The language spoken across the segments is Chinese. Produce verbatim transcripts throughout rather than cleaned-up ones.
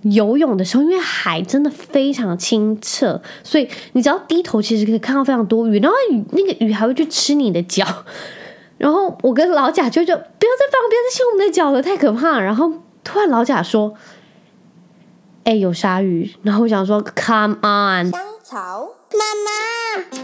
游泳的时候，因为海真的非常清澈，所以你只要低头，其实可以看到非常多鱼，然后鱼那个鱼还会去吃你的脚。然后我跟老贾就就不要再放，不要再亲我们的脚了，太可怕了。然后突然老贾说：“哎、欸，有鲨鱼。”然后我想说 ：“Come on， 香草妈妈。”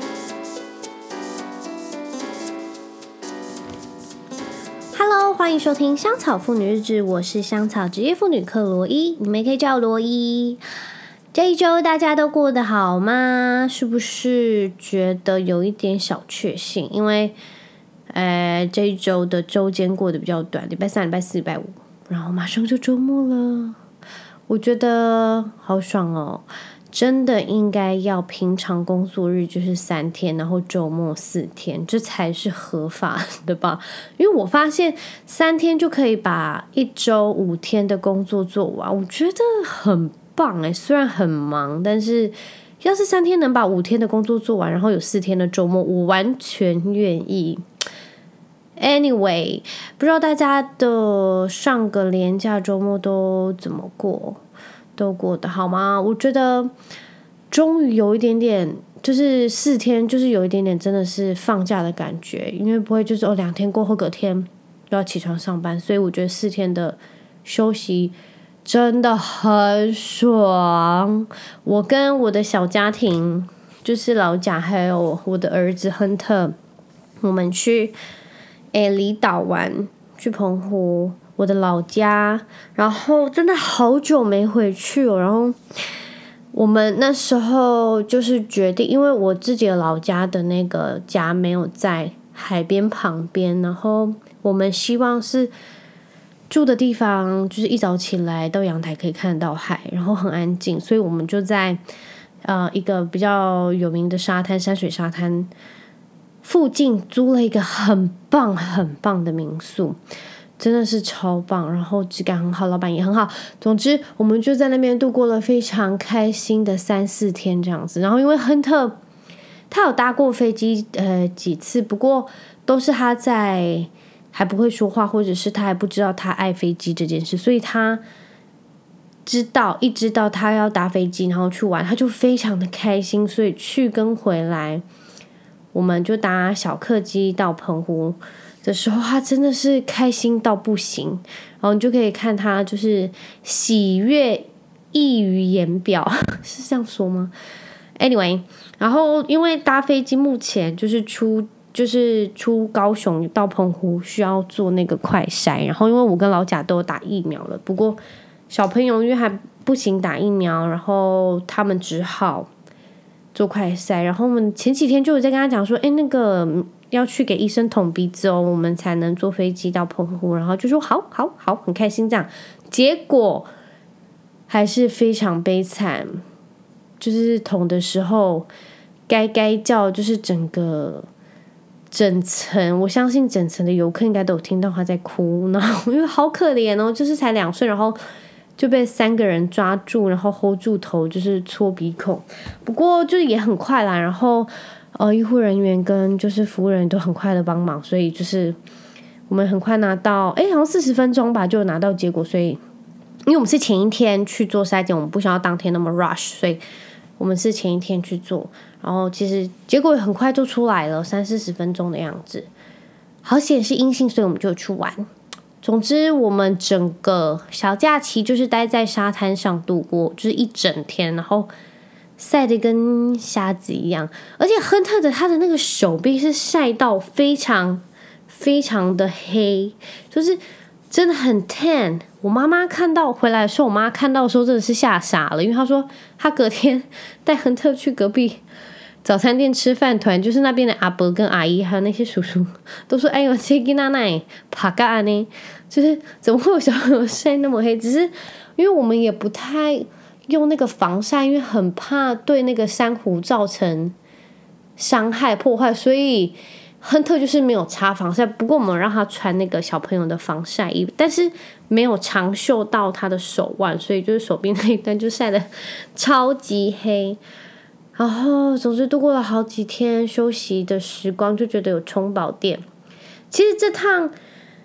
Hello， 欢迎收听香草妇女日志，我是香草职业妇女克罗伊，你们也可以叫我罗伊。这一周大家都过得好吗？是不是觉得有一点小确幸？因为呃，这一周的周间过得比较短，礼拜三、礼拜四、礼拜五，然后马上就周末了，我觉得好爽哦！真的应该要平常工作日就是三天，然后周末四天，这才是合法的吧？因为我发现三天就可以把一周五天的工作做完，我觉得很棒诶，虽然很忙，但是要是三天能把五天的工作做完，然后有四天的周末，我完全愿意。Anyway， 不知道大家的上个连假周末都怎么过，都过得好吗？我觉得终于有一点点，就是四天，就是有一点点真的是放假的感觉，因为不会就是哦两天过后隔天又要起床上班，所以我觉得四天的休息真的很爽。我跟我的小家庭，就是老贾还有我的儿子亨特，我们去诶离岛玩，去澎湖我的老家，然后真的好久没回去哦。然后我们那时候就是决定，因为我自己的老家的那个家没有在海边旁边，然后我们希望是住的地方就是一早起来到阳台可以看得到海，然后很安静，所以我们就在呃一个比较有名的沙滩山水沙滩附近租了一个很棒很棒的民宿，真的是超棒，然后质感很好，老板也很好。总之我们就在那边度过了非常开心的三四天这样子。然后因为亨特他有搭过飞机呃几次，不过都是他在还不会说话，或者是他还不知道他爱飞机这件事，所以他知道一知道他要搭飞机然后去玩，他就非常的开心，所以去跟回来我们就搭小客机到澎湖的时候，他真的是开心到不行，然后你就可以看他就是喜悦溢于言表，是这样说吗 ？Anyway， 然后因为搭飞机目前就是出就是出高雄到澎湖需要做那个快筛，然后因为我跟老贾都有打疫苗了，不过小朋友因为还不行打疫苗，然后他们只好做快筛，然后我们前几天就有在跟他讲说，哎，那个要去给医生捅鼻子哦，我们才能坐飞机到澎湖，然后就说好好好，很开心这样。结果还是非常悲惨，就是捅的时候该该叫，就是整个整层，我相信整层的游客应该都有听到他在哭，然后因为好可怜哦，就是才两岁，然后就被三个人抓住，然后 hold 住头，就是搓鼻孔。不过就是也很快啦，然后呃，医护人员跟就是服务人员都很快的帮忙，所以就是我们很快拿到，哎，好像四十分钟吧就拿到结果。所以因为我们是前一天去做筛检，我们不想要当天那么 rush， 所以我们是前一天去做，然后其实结果很快就出来了，三四十分钟的样子，好险是阴性，所以我们就去玩。总之我们整个小假期就是待在沙滩上度过，就是一整天，然后晒得跟瞎子一样，而且亨特的他的那个手臂是晒到非常非常的黑，就是真的很 tan。 我妈妈看到回来的时候，我妈看到的时候真的是吓傻了，因为她说她隔天带亨特去隔壁早餐店吃饭团，就是那边的阿伯跟阿姨还有那些叔叔都说，哎呦这个奶奶爬干呢，就是怎么会有小朋友晒那么黑，只是因为我们也不太用那个防晒，因为很怕对那个珊瑚造成伤害破坏，所以亨特就是没有擦防晒。不过我们让他穿那个小朋友的防晒衣，但是没有长袖到他的手腕，所以就是手臂那一段就晒得超级黑。然后总之度过了好几天休息的时光，就觉得有充饱电。其实这趟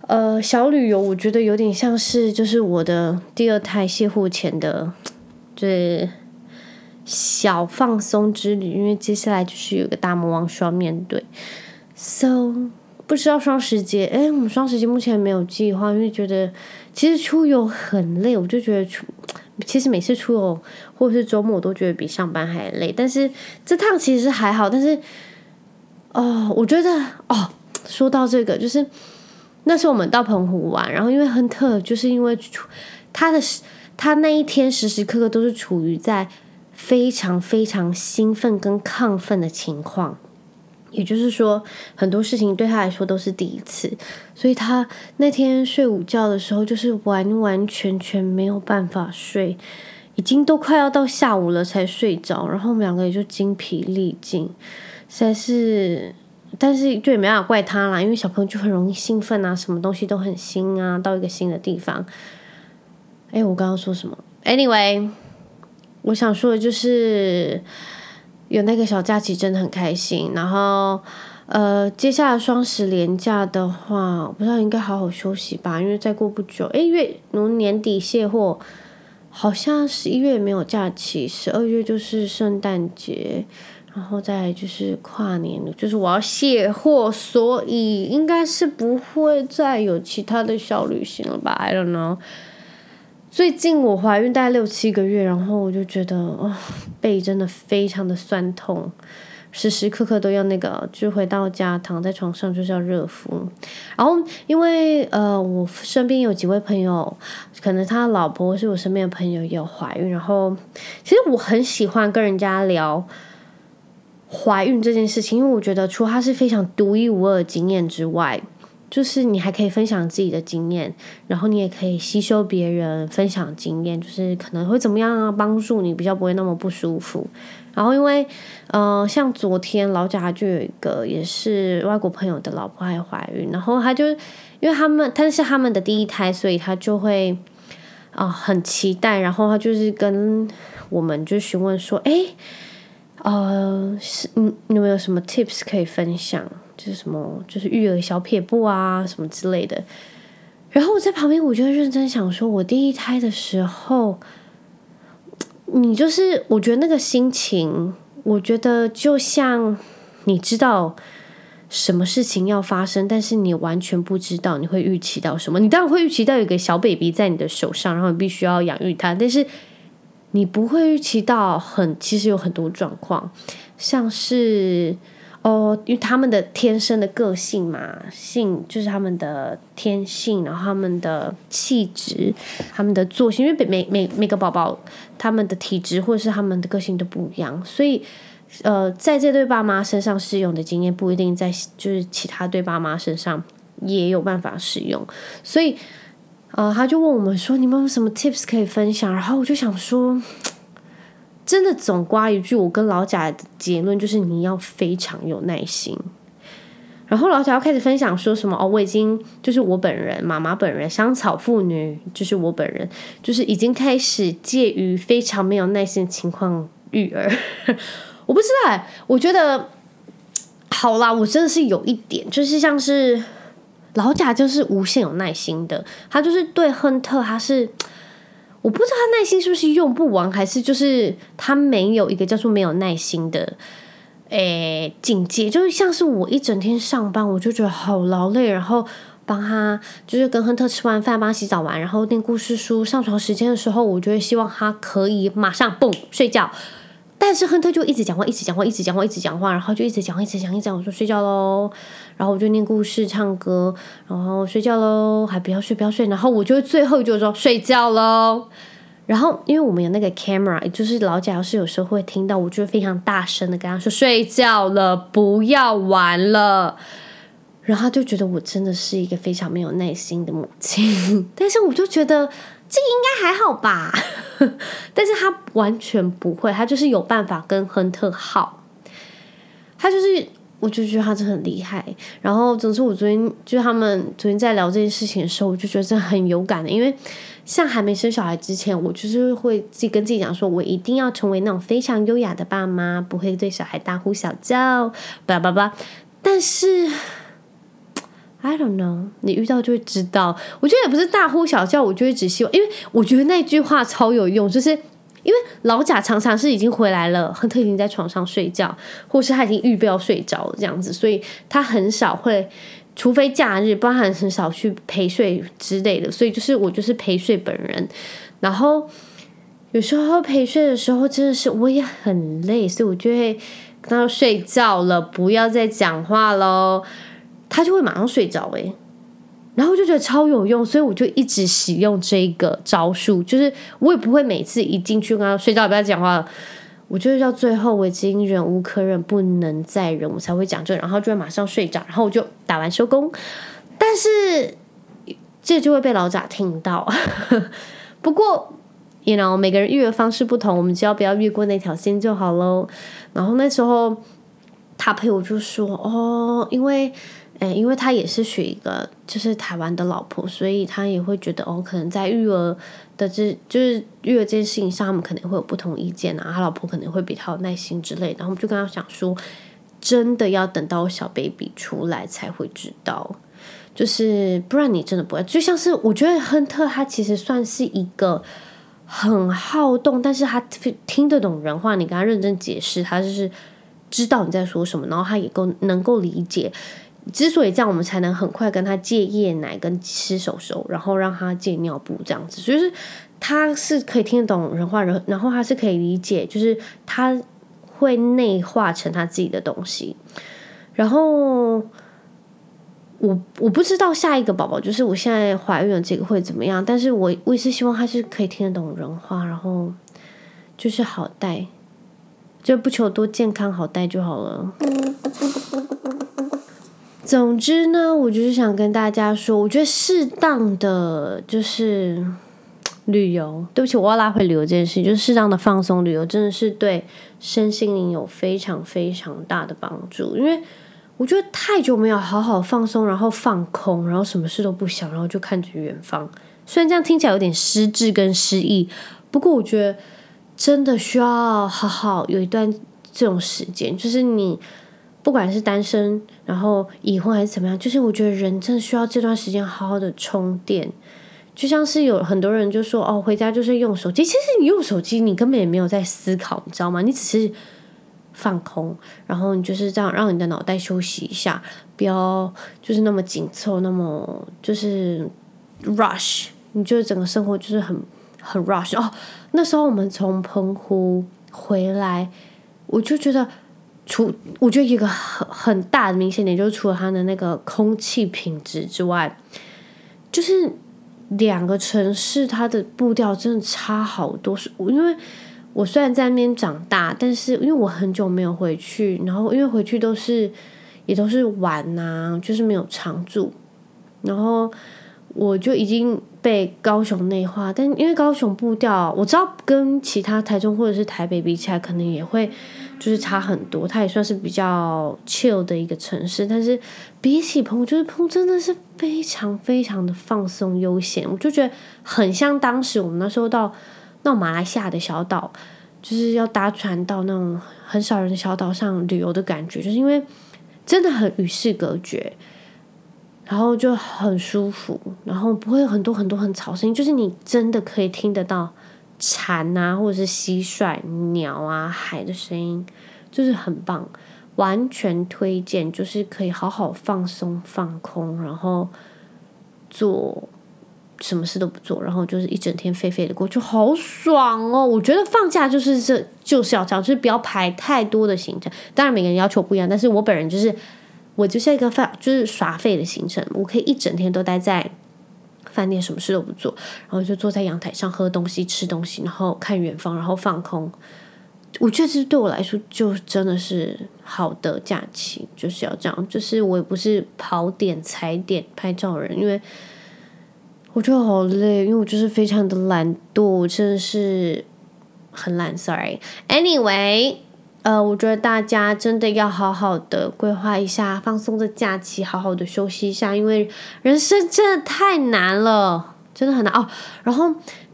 呃，小旅游我觉得有点像是就是我的第二胎卸货前的，就是小放松之旅，因为接下来就是有个大魔王需要面对。So 不知道双十节，哎，我们双十节目前没有计划，因为觉得其实出游很累，我就觉得出其实每次出游或者是周末我都觉得比上班还累，但是这趟其实还好，但是哦，我觉得哦，说到这个就是。那时候我们到澎湖玩，然后因为亨特就是因为他的他那一天时时刻刻都是处于在非常非常兴奋跟亢奋的情况，也就是说很多事情对他来说都是第一次，所以他那天睡午觉的时候就是完完全全没有办法睡，已经都快要到下午了才睡着，然后我们两个也就精疲力尽，实在是。但是就也没办法怪他啦，因为小朋友就很容易兴奋啊，什么东西都很新啊，到一个新的地方。哎，我刚刚说什么 ？Anyway， 我想说的就是有那个小假期真的很开心。然后呃，接下来双十连假的话，我不知道应该好好休息吧，因为再过不久，哎月年底卸货，好像十一月也没有假期，十二月就是圣诞节。然后再来就是跨年，就是我要卸货，所以应该是不会再有其他的小旅行了吧 I don't know。最近我怀孕大概六七个月，然后我就觉得哦，背真的非常的酸痛，时时刻刻都要那个，就回到家躺在床上就是要热敷。然后因为呃，我身边有几位朋友，可能他老婆是我身边的朋友也有怀孕，然后其实我很喜欢跟人家聊。怀孕这件事情，因为我觉得除了它是非常独一无二的经验之外，就是你还可以分享自己的经验，然后你也可以吸收别人分享经验，就是可能会怎么样啊，帮助你比较不会那么不舒服。然后因为呃，像昨天老贾就有一个也是外国朋友的老婆还怀孕，然后他就因为他们他是他们的第一胎，所以他就会啊、呃、很期待，然后他就是跟我们就询问说，哎。呃，是你你有没有什么 tips 可以分享？就是什么，就是育儿小撇步啊，什么之类的。然后我在旁边，我就认真想说，我第一胎的时候，你就是我觉得那个心情，我觉得就像你知道什么事情要发生，但是你完全不知道你会预期到什么。你当然会预期到有一个小 baby 在你的手上，然后你必须要养育它，但是。你不会预期到很，其实有很多状况，像是哦，因为他们的天生的个性嘛，性就是他们的天性，然后他们的气质，他们的作息，因为每每每个宝宝他们的体质或者是他们的个性都不一样，所以呃，在这对爸妈身上适用的经验不一定在就是其他对爸妈身上也有办法适用，所以。呃，他就问我们说：“你们有什么 tips 可以分享？”然后我就想说，真的总括一句，我跟老贾的结论就是你要非常有耐心。然后老贾要开始分享说什么哦，我已经就是我本人妈妈本人香草妇女，就是我本人就是已经开始介于非常没有耐心的情况育儿。我不知道，我觉得好啦，我真的是有一点，就是像是。老贾就是无限有耐心的，他就是对亨特，他是我不知道他耐心是不是用不完，还是就是他没有一个叫做没有耐心的诶境界，就是像是我一整天上班，我就觉得好劳累，然后帮他就是跟亨特吃完饭，帮他洗澡完，然后念故事书，上床时间的时候，我就会希望他可以马上蹦睡觉。但是亨特就一直讲话，一直讲话，一直讲话，一直讲话，然后就一直讲，一直讲，一直讲。我说睡觉喽，然后我就念故事、唱歌，然后睡觉喽，还不要睡，不要睡。然后我就最后就说睡觉喽。然后因为我们有那个 camera， 就是老贾要是有时候会听到，我就非常大声的跟他说睡觉了，不要玩了。然后他就觉得我真的是一个非常没有耐心的母亲，但是我就觉得。这个应该还好吧，但是他完全不会，他就是有办法跟亨特耗，他就是，我就觉得他真的很厉害。然后，总之我昨天就是他们昨天在聊这件事情的时候，我就觉得真的很有感的，因为像还没生小孩之前，我就是会自己跟自己讲说，我一定要成为那种非常优雅的爸妈，不会对小孩大呼小叫，巴拉巴拉。但是 I don't know， 你遇到就会知道。我觉得也不是大呼小叫，我就会只希望，因为我觉得那句话超有用，就是因为老贾常常是已经回来了，亨特已经在床上睡觉，或是他已经预备要睡着了这样子，所以他很少会，除非假日，不然他很少去陪睡之类的。所以就是我就是陪睡本人，然后有时候陪睡的时候真的是我也很累，所以我就会跟他睡觉了，不要再讲话咯。他就会马上睡着哎、欸，然后我就觉得超有用，所以我就一直使用这个招数，就是我也不会每次一进去跟他睡觉不要讲话了，我就是到最后我已经忍无可忍，不能再忍，我才会讲这个，然后就会马上睡着，然后我就打完收工。但是这就会被老贾听到，不过 you know 每个人育儿方式不同，我们只要不要越过那条线就好咯。然后那时候他陪我就说哦，因为诶，因为他也是娶一个就是台湾的老婆，所以他也会觉得哦，可能在育儿的这就是育儿这件事情上，他们可能会有不同意见啊，他老婆可能会比他有耐心之类的。然后我们就跟他讲说，真的要等到小 baby 出来才会知道，就是不然你真的不会。就像是我觉得亨特他其实算是一个很好动，但是他听得懂人话，你跟他认真解释，他就是知道你在说什么，然后他也够能够理解。之所以这样，我们才能很快跟他戒夜奶跟吃手手，然后让他戒尿布这样子，就是他是可以听得懂人话，然后他是可以理解，就是他会内化成他自己的东西。然后我我不知道下一个宝宝，就是我现在怀孕的这个会怎么样，但是我我也是希望他是可以听得懂人话，然后就是好带，就不求多健康，好带就好了。总之呢，我就是想跟大家说，我觉得适当的就是旅游，对不起，我要拉回旅游这件事，就是适当的放松旅游，真的是对身心灵有非常非常大的帮助。因为我觉得太久没有好好放松，然后放空，然后什么事都不想，然后就看着远方。虽然这样听起来有点失智跟失忆，不过我觉得真的需要好好有一段这种时间，就是你不管是单身，然后已婚还是怎么样，就是我觉得人真的需要这段时间好好的充电。就像是有很多人就说哦，回家就是用手机，其实你用手机你根本也没有在思考，你知道吗？你只是放空，然后你就是这样让你的脑袋休息一下，不要就是那么紧凑，那么就是 rush， 你就整个生活就是很很 rush 哦。那时候我们从澎湖回来，我就觉得除我觉得一个很很大的明显点就是除了它的那个空气品质之外，就是两个城市它的步调真的差好多。因为我虽然在那边长大，但是因为我很久没有回去，然后因为回去都是也都是玩啊，就是没有常住，然后我就已经被高雄内化。但因为高雄步调我知道跟其他台中或者是台北比起来可能也会就是差很多，它也算是比较 chill 的一个城市，但是比起澎湖，就是澎湖真的是非常非常的放松悠闲。我就觉得很像当时我们那时候到那种马来西亚的小岛，就是要搭船到那种很少人的小岛上旅游的感觉，就是因为真的很与世隔绝，然后就很舒服，然后不会有很多很多很吵声音，就是你真的可以听得到蝉啊，或者是蟋蟀、鸟啊、海的声音，就是很棒，完全推荐，就是可以好好放松、放空，然后做什么事都不做，然后就是一整天废废的过，就好爽哦！我觉得放假就是这就是要这样，就是不要排太多的行程。当然每个人要求不一样，但是我本人就是我就是一个就是耍废的行程，我可以一整天都待在饭店，什么事都不做，然后就坐在阳台上喝东西、吃东西，然后看远方，然后放空。我觉得这对我来说就真的是好的假期，就是要这样。就是我也不是跑点、踩点、拍照人，因为我觉得好累，因为我就是非常的懒惰，我真的是很懒 ，sorry。Anyway， 呃，我觉得大家真的要好好的规划一下放松的假期，好好的休息一下，因为人生真的太难了，真的很难哦。然后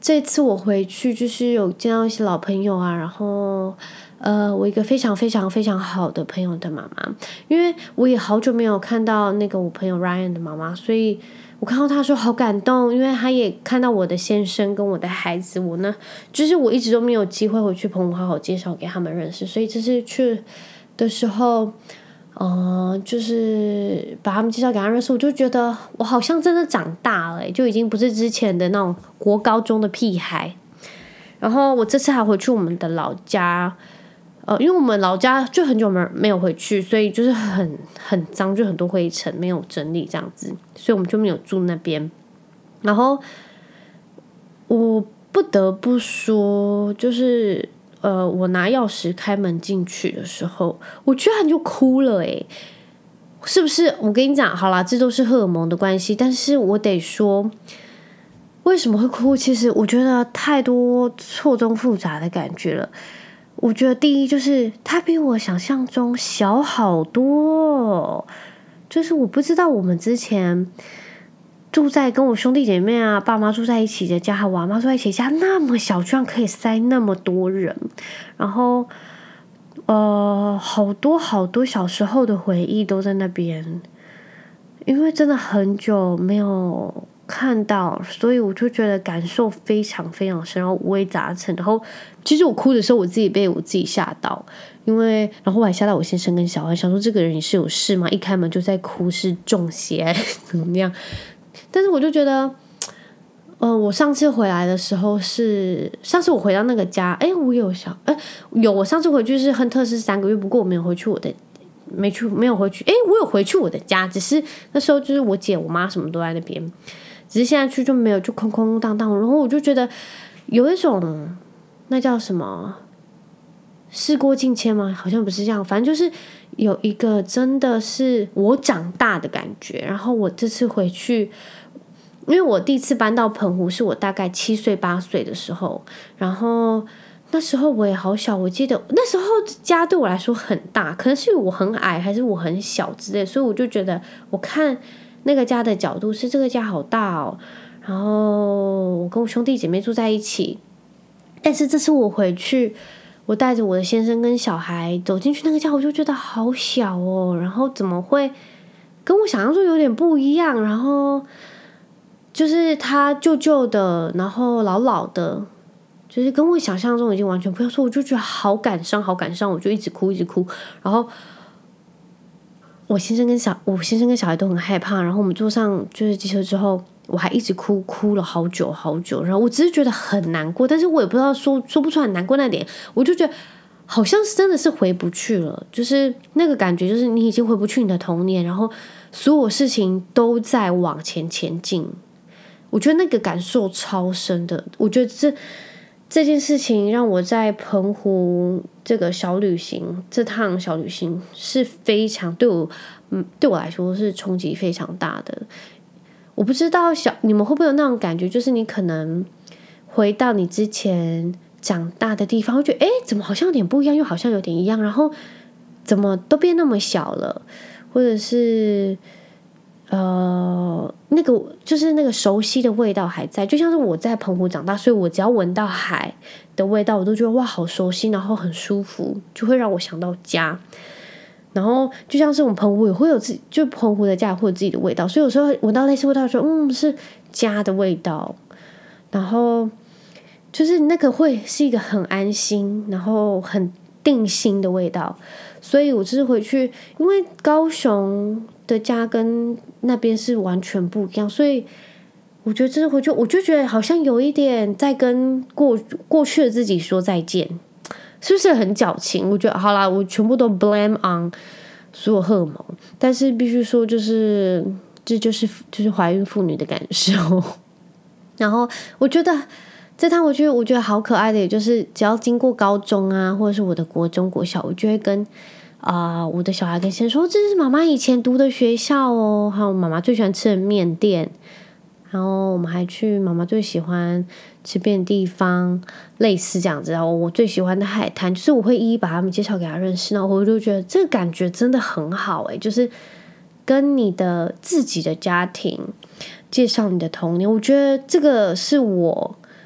这次我回去就是有见到一些老朋友啊，然后呃，我一个非常非常非常好的朋友的妈妈，因为我也好久没有看到那个我朋友 Ryan 的妈妈，所以我看到他说好感动，因为他也看到我的先生跟我的孩子，我呢就是我一直都没有机会回去澎湖好好介绍给他们认识，所以这次去的时候嗯、呃，就是把他们介绍给他认识，我就觉得我好像真的长大了，就已经不是之前的那种国高中的屁孩。然后我这次还回去我们的老家，呃，因为我们老家就很久没没有回去，所以就是很很脏，就很多灰尘没有整理这样子，所以我们就没有住那边。然后我不得不说，就是呃，我拿钥匙开门进去的时候，我居然就哭了诶，是不是？我跟你讲，好啦，这都是荷尔蒙的关系，但是我得说，为什么会哭？其实我觉得太多错综复杂的感觉了。我觉得第一就是他比我想象中小好多，就是我不知道我们之前住在跟我兄弟姐妹啊、爸妈住在一起的家，和我阿妈住在一起的家那么小，居然可以塞那么多人，然后呃，好多好多小时候的回忆都在那边，因为真的很久没有看到，所以我就觉得感受非常非常深，然后五味杂陈。然后其实我哭的时候，我自己被我自己吓到，因为然后我还吓到我先生跟小孩，想说这个人是有事吗？一开门就在哭，是中邪怎么样？但是我就觉得，呃，我上次回来的时候是上次我回到那个家，哎，我有想，哎，有我上次回去是亨特是三个月，不过我没有回去我的。没去，没有回去。诶，我有回去我的家，只是那时候就是我姐、我妈什么都在那边，只是现在去就没有，就空空荡荡。然后我就觉得有一种那叫什么事过境迁吗？好像不是这样，反正就是有一个真的是我长大的感觉。然后我这次回去，因为我第一次搬到澎湖是我大概七岁八岁的时候，然后。那时候我也好小，我记得那时候家对我来说很大，可能是我很矮还是我很小之类，所以我就觉得我看那个家的角度是这个家好大哦，然后我跟我兄弟姐妹住在一起，但是这次我回去，我带着我的先生跟小孩走进去那个家，我就觉得好小哦，然后怎么会跟我想象中有点不一样，然后就是他旧旧的，然后老老的。就是跟我想象中已经完全不一样，所以我就觉得好感伤，好感伤，我就一直哭，一直哭。然后我先生跟小，我先生跟小孩都很害怕。然后我们坐上就是机车之后，我还一直哭，哭了好久好久。然后我只是觉得很难过，但是我也不知道说说不出很难过那点，我就觉得好像是真的是回不去了，就是那个感觉，就是你已经回不去你的童年，然后所有事情都在往前前进。我觉得那个感受超深的，我觉得这。这件事情让我在澎湖这个小旅行，这趟小旅行是非常对我，嗯，对我来说是冲击非常大的。我不知道小你们会不会有那种感觉，就是你可能回到你之前长大的地方，会觉得哎，怎么好像有点不一样，又好像有点一样，然后怎么都变那么小了，或者是。呃，那个就是那个熟悉的味道还在，就像是我在澎湖长大，所以我只要闻到海的味道，我都觉得哇，好熟悉，然后很舒服，就会让我想到家。然后就像是我们澎湖也会有自己，就澎湖的家也会有自己的味道，所以有时候闻到类似味道，说嗯是家的味道。然后就是那个会是一个很安心，然后很定心的味道。所以我这次回去，因为高雄的家跟那边是完全不一样，所以我觉得这次回去，我就觉得好像有一点在跟过过去的自己说再见，是不是很矫情？我觉得好啦，我全部都 blame on 所有荷尔蒙，但是必须说，就是这就是就是怀孕妇女的感受。然后我觉得这趟回去，我觉得好可爱的，也就是只要经过高中啊，或者是我的国中、国小，我就会跟。啊、呃，我的小孩跟先说，这是妈妈以前读的学校哦，还有妈妈最喜欢吃的面店，然后我们还去妈妈最喜欢吃遍的地方，类似这样子。然后我最喜欢的海滩，就是我会一一把他们介绍给他认识，然后我就觉得这个感觉真的很好诶，就是跟你的自己的家庭介绍你的童年，我觉得这个是我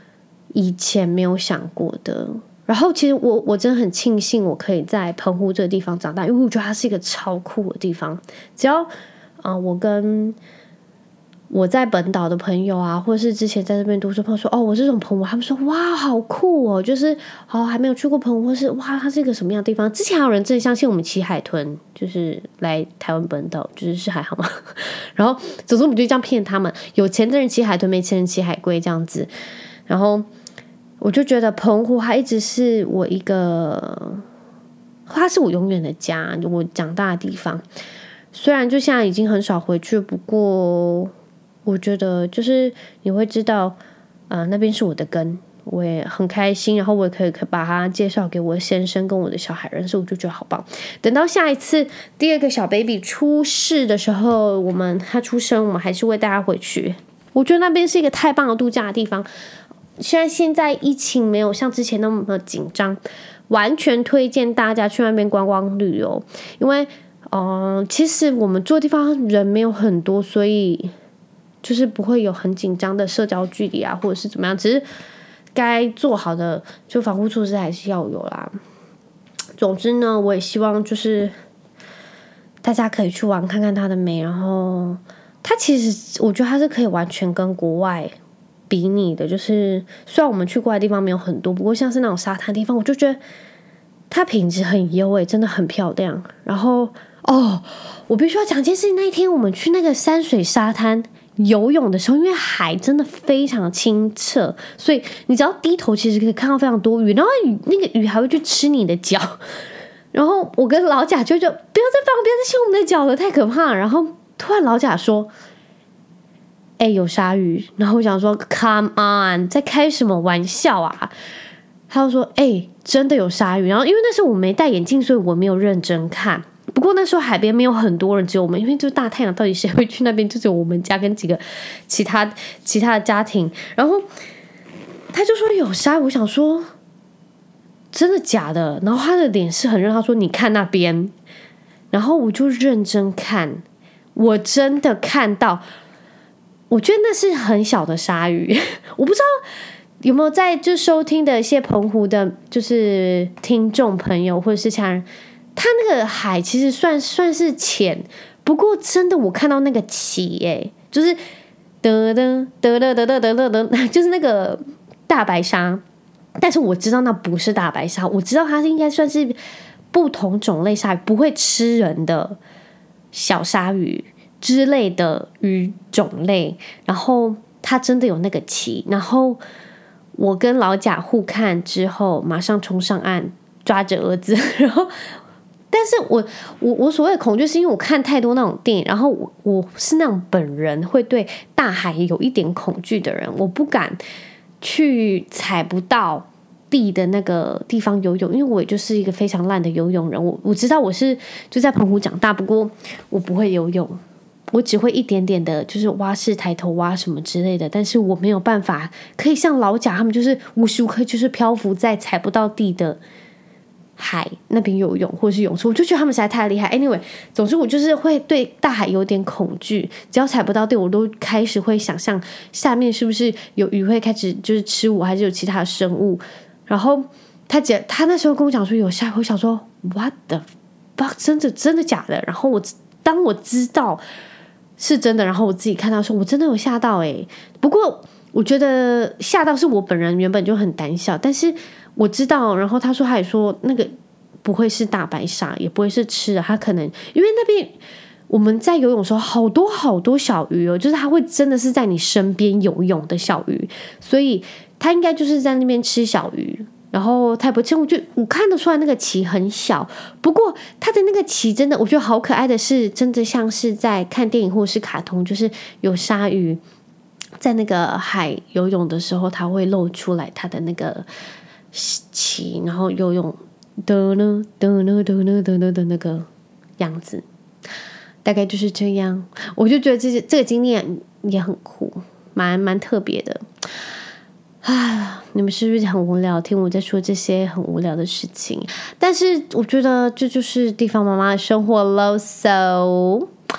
以前没有想过的。然后其实我我真的很庆幸我可以在澎湖这个地方长大，因为我觉得它是一个超酷的地方。只要啊、呃，我跟我在本岛的朋友啊，或者是之前在这边读书朋友说，哦，我是从澎湖，他们说哇，好酷哦，就是哦还没有去过澎湖，或是哇，它是一个什么样的地方？之前还有人真的相信我们骑海豚就是来台湾本岛，就是是还好吗？然后总之我们就这样骗他们，有钱的人骑海豚，没钱人骑海龟这样子。然后我就觉得澎湖还一直是我一个，它是我永远的家，我长大的地方。虽然就现在已经很少回去，不过我觉得就是你会知道，呃，那边是我的根，我也很开心，然后我也可以可以把它介绍给我的先生跟我的小孩认识，我就觉得好棒。等到下一次第二个小 baby 出世的时候，我们他出生，我们还是会带他回去。我觉得那边是一个太棒的度假的地方。虽然现在疫情没有像之前那么紧张，完全推荐大家去那边观光旅游，因为嗯、呃，其实我们住的地方人没有很多，所以就是不会有很紧张的社交距离啊，或者是怎么样，只是该做好的就防护措施还是要有啦。总之呢，我也希望就是大家可以去玩看看它的美，然后它其实我觉得它是可以完全跟国外比拟的，就是虽然我们去过的地方没有很多，不过像是那种沙滩地方，我就觉得它品质很优诶，真的很漂亮。然后哦，我必须要讲一件事情，那一天我们去那个山水沙滩游泳的时候，因为海真的非常清澈，所以你只要低头，其实可以看到非常多鱼，然后鱼那个鱼还会去吃你的脚。然后我跟老贾就就不要再放，不要再亲我们的脚了，太可怕了。然后突然老贾说：“哎、欸，有鲨鱼。”然后我想说 ：“Come on， 在开什么玩笑啊？”他就说：“哎、欸，真的有鲨鱼。”然后因为那时候我没戴眼镜，所以我没有认真看。不过那时候海边没有很多人，只有我们，因为就大太阳，到底谁会去那边？就只有我们家跟几个其他其他的家庭。然后他就说有鲨鱼，我想说真的假的？然后他的脸是很认，他说你看那边，然后我就认真看，我真的看到，我觉得那是很小的鲨鱼，我不知道有没有在就收听的一些澎湖的，就是听众朋友或者是其他人。它那个海其实算算是浅，不过真的我看到那个鳍耶，就是得得得得得得得得，就是那个大白鲨，但是我知道那不是大白鲨，我知道它是应该算是不同种类鲨鱼，不会吃人的小鲨鱼之类的鱼种类，然后它真的有那个鳍，然后我跟老贾互看之后，马上冲上岸抓着儿子，然后。但是我我我所谓的恐惧，是因为我看太多那种电影，然后我我是那种本人会对大海有一点恐惧的人，我不敢去踩不到地的那个地方游泳，因为我也就是一个非常烂的游泳人。我我知道我是就在澎湖长大，不过我不会游泳，我只会一点点的，就是蛙式抬头蛙什么之类的，但是我没有办法可以像老贾他们，就是无时无刻就是漂浮在踩不到地的海那边游泳或者是泳池，我就觉得他们实在太厉害。Anyway， 总之我就是会对大海有点恐惧，只要踩不到地，我都开始会想象下面是不是有鱼会开始就是吃我，还是有其他的生物。然后他姐他那时候跟我讲说有鲨鱼，我想说 What the fuck， 真的真的假的？然后我当我知道是真的，然后我自己看到说我真的有吓到欸。不过我觉得吓到是我本人原本就很胆小，但是我知道，然后他说他也说那个不会是大白鲨，也不会是吃的，他可能因为那边我们在游泳的时候好多好多小鱼哦，就是它会真的是在你身边游泳的小鱼，所以它应该就是在那边吃小鱼。然后它也不吃，我就我看得出来那个鳍很小，不过它的那个鳍真的我觉得好可爱的是，真的像是在看电影或者是卡通，就是有鲨鱼在那个海游泳的时候，它会露出来它的那个鳍，然后游泳的呢的呢的呢的呢的那个样子，大概就是这样。我就觉得这这个经历也很酷，蛮蛮特别的。啊，你们是不是很无聊？听我在说这些很无聊的事情，但是我觉得这就是地方妈妈的生活咯。So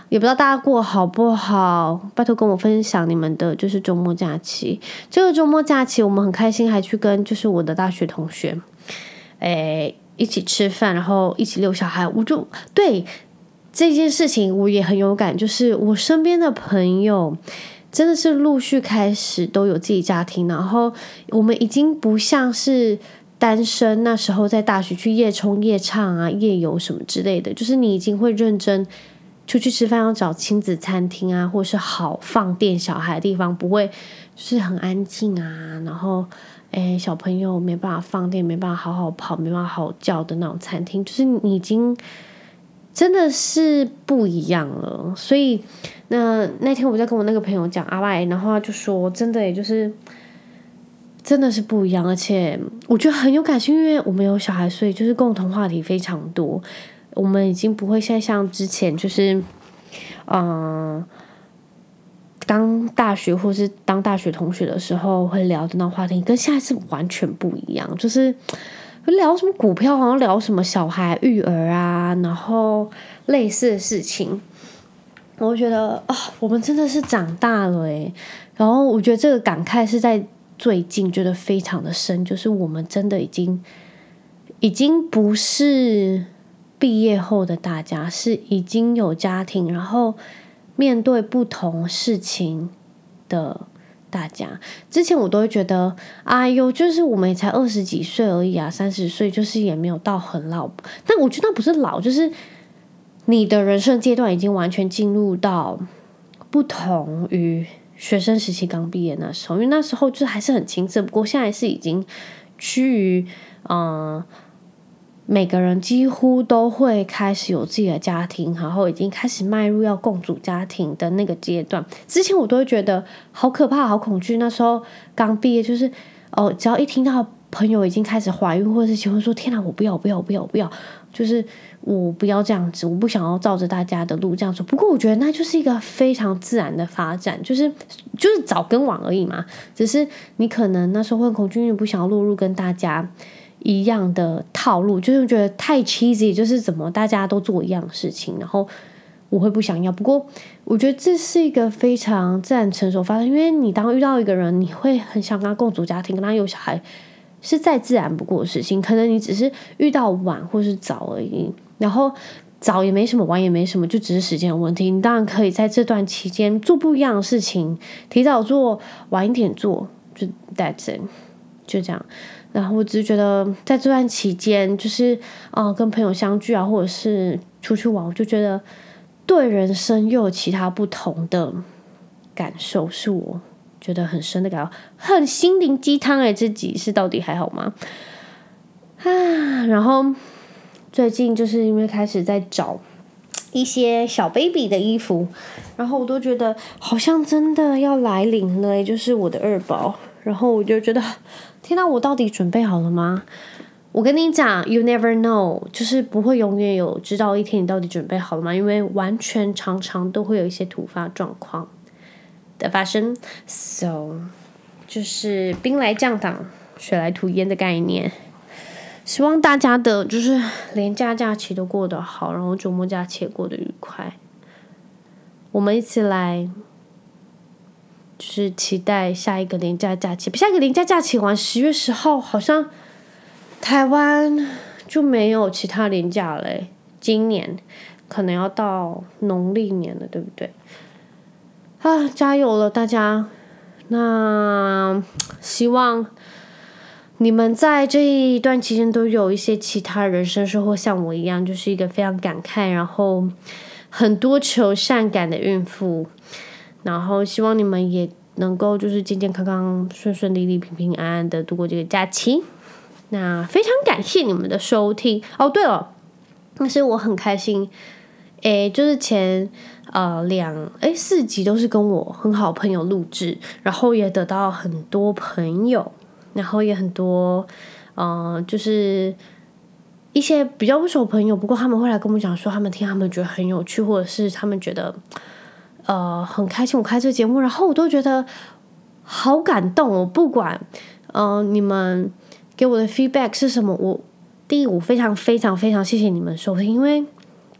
也不知道大家过好不好，拜托跟我分享你们的就是周末假期。这个周末假期我们很开心，还去跟就是我的大学同学，诶一起吃饭，然后一起遛小孩。我就对这件事情我也很有感，就是我身边的朋友真的是陆续开始都有自己家庭，然后我们已经不像是单身那时候在大学去夜冲夜唱啊夜游什么之类的，就是你已经会认真出去吃饭要找亲子餐厅啊，或是好放电小孩的地方，不会就是很安静啊，然后诶小朋友没办法放电，没办法好好跑，没办法好好叫的那种餐厅，就是你已经真的是不一样了。所以那那天我在跟我那个朋友讲阿拜，然后他就说真的也就是真的是不一样，而且我觉得很有感性，因为我们有小孩，所以就是共同话题非常多。我们已经不会再像之前就是嗯刚大学或是当大学同学的时候会聊的那种话题，跟现在是完全不一样。就是聊什么股票，好像聊什么小孩育儿啊，然后类似的事情。我觉得啊、哦，我们真的是长大了耶。然后我觉得这个感慨是在最近觉得非常的深，就是我们真的已经已经不是毕业后的大家，是已经有家庭，然后面对不同事情的大家。之前我都会觉得哎呦就是我们也才二十几岁而已啊，三十岁就是也没有到很老，但我觉得那不是老，就是你的人生阶段已经完全进入到不同于学生时期刚毕业那时候，因为那时候就还是很青涩，不过现在是已经趋于嗯每个人几乎都会开始有自己的家庭，然后已经开始迈入要共组家庭的那个阶段。之前我都会觉得好可怕好恐惧，那时候刚毕业就是哦，只要一听到朋友已经开始怀孕或者是结婚，说天哪我不要我不要我不要我不要，就是我不要这样子，我不想要照着大家的路这样做。不过我觉得那就是一个非常自然的发展，就是就是早跟晚而已嘛，只是你可能那时候会很恐惧，因为不想要落入跟大家一样的套路，就是觉得太 cheesy， 就是怎么大家都做一样的事情，然后我会不想要。不过我觉得这是一个非常自然成熟发展，因为你当遇到一个人，你会很想跟他共组家庭，跟他有小孩，是再自然不过的事情。可能你只是遇到晚或是早而已，然后早也没什么，晚也没什么，就只是时间的问题。你当然可以在这段期间做不一样的事情，提早做，晚一点做，就 that's it， 就这样。然后我只是觉得在这段期间，就是呃跟朋友相聚啊，或者是出去玩，我就觉得对人生又有其他不同的感受，是我觉得很深的感受，很心灵鸡汤哎，这集是到底还好吗？啊，然后最近就是因为开始在找一些小 baby 的衣服，然后我都觉得好像真的要来临了，就是我的二宝，然后我就觉得天哪，我到底准备好了吗？我跟你讲 you never know， 就是不会永远有知道一天你到底准备好了吗？因为完全常常都会有一些突发状况的发生， so 就是兵来将挡水来土掩的概念。希望大家的就是连假假期都过得好，然后周末假期也过得愉快。我们一起来就是期待下一个连假假期，下一个连假假期完十月十号好像台湾就没有其他连假了，今年可能要到农历年了，对不对？啊，加油了大家！那希望你们在这一段期间都有一些其他人生收获，像我一样，就是一个非常感慨，然后很多愁善感的孕妇。然后希望你们也能够就是健健康康、顺顺利利、平平安安的度过这个假期。那非常感谢你们的收听哦。对了，但是我很开心，诶，就是前呃两诶四集都是跟我很好朋友录制，然后也得到很多朋友，然后也很多呃就是一些比较不熟的朋友，不过他们会来跟我讲说他们听他们觉得很有趣，或者是他们觉得呃很开心我开这个节目，然后我都觉得好感动哦。不管呃你们给我的 feedback 是什么，我第一我非常非常非常谢谢你们收听，因为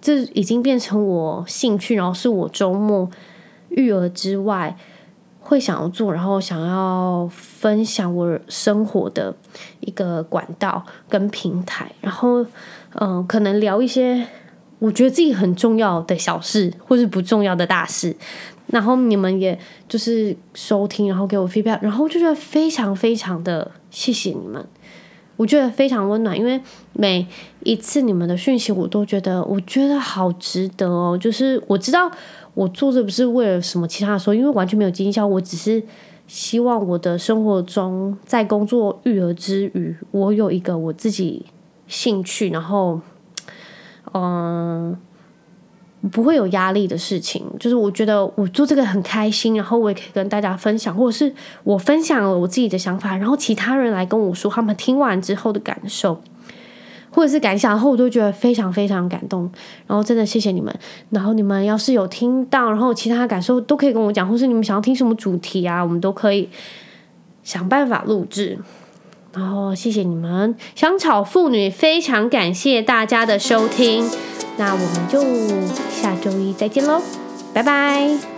这已经变成我兴趣，然后是我周末育儿之外会想要做，然后想要分享我生活的一个管道跟平台。然后嗯、呃，可能聊一些我觉得自己很重要的小事，或是不重要的大事，然后你们也就是收听，然后给我 feedback， 然后就觉得非常非常的谢谢你们，我觉得非常温暖，因为每一次你们的讯息我都觉得我觉得好值得哦。就是我知道我做这不是为了什么其他的说，因为完全没有经销，我只是希望我的生活中在工作育儿之余，我有一个我自己兴趣，然后嗯不会有压力的事情，就是我觉得我做这个很开心，然后我也可以跟大家分享，或者是我分享了我自己的想法，然后其他人来跟我说他们听完之后的感受或者是感想，然后我都觉得非常非常感动，然后真的谢谢你们。然后你们要是有听到，然后其他的感受都可以跟我讲，或是你们想要听什么主题啊，我们都可以想办法录制。然后谢谢你们，香草妇女，非常感谢大家的收听，那我们就下周一再见咯，拜拜。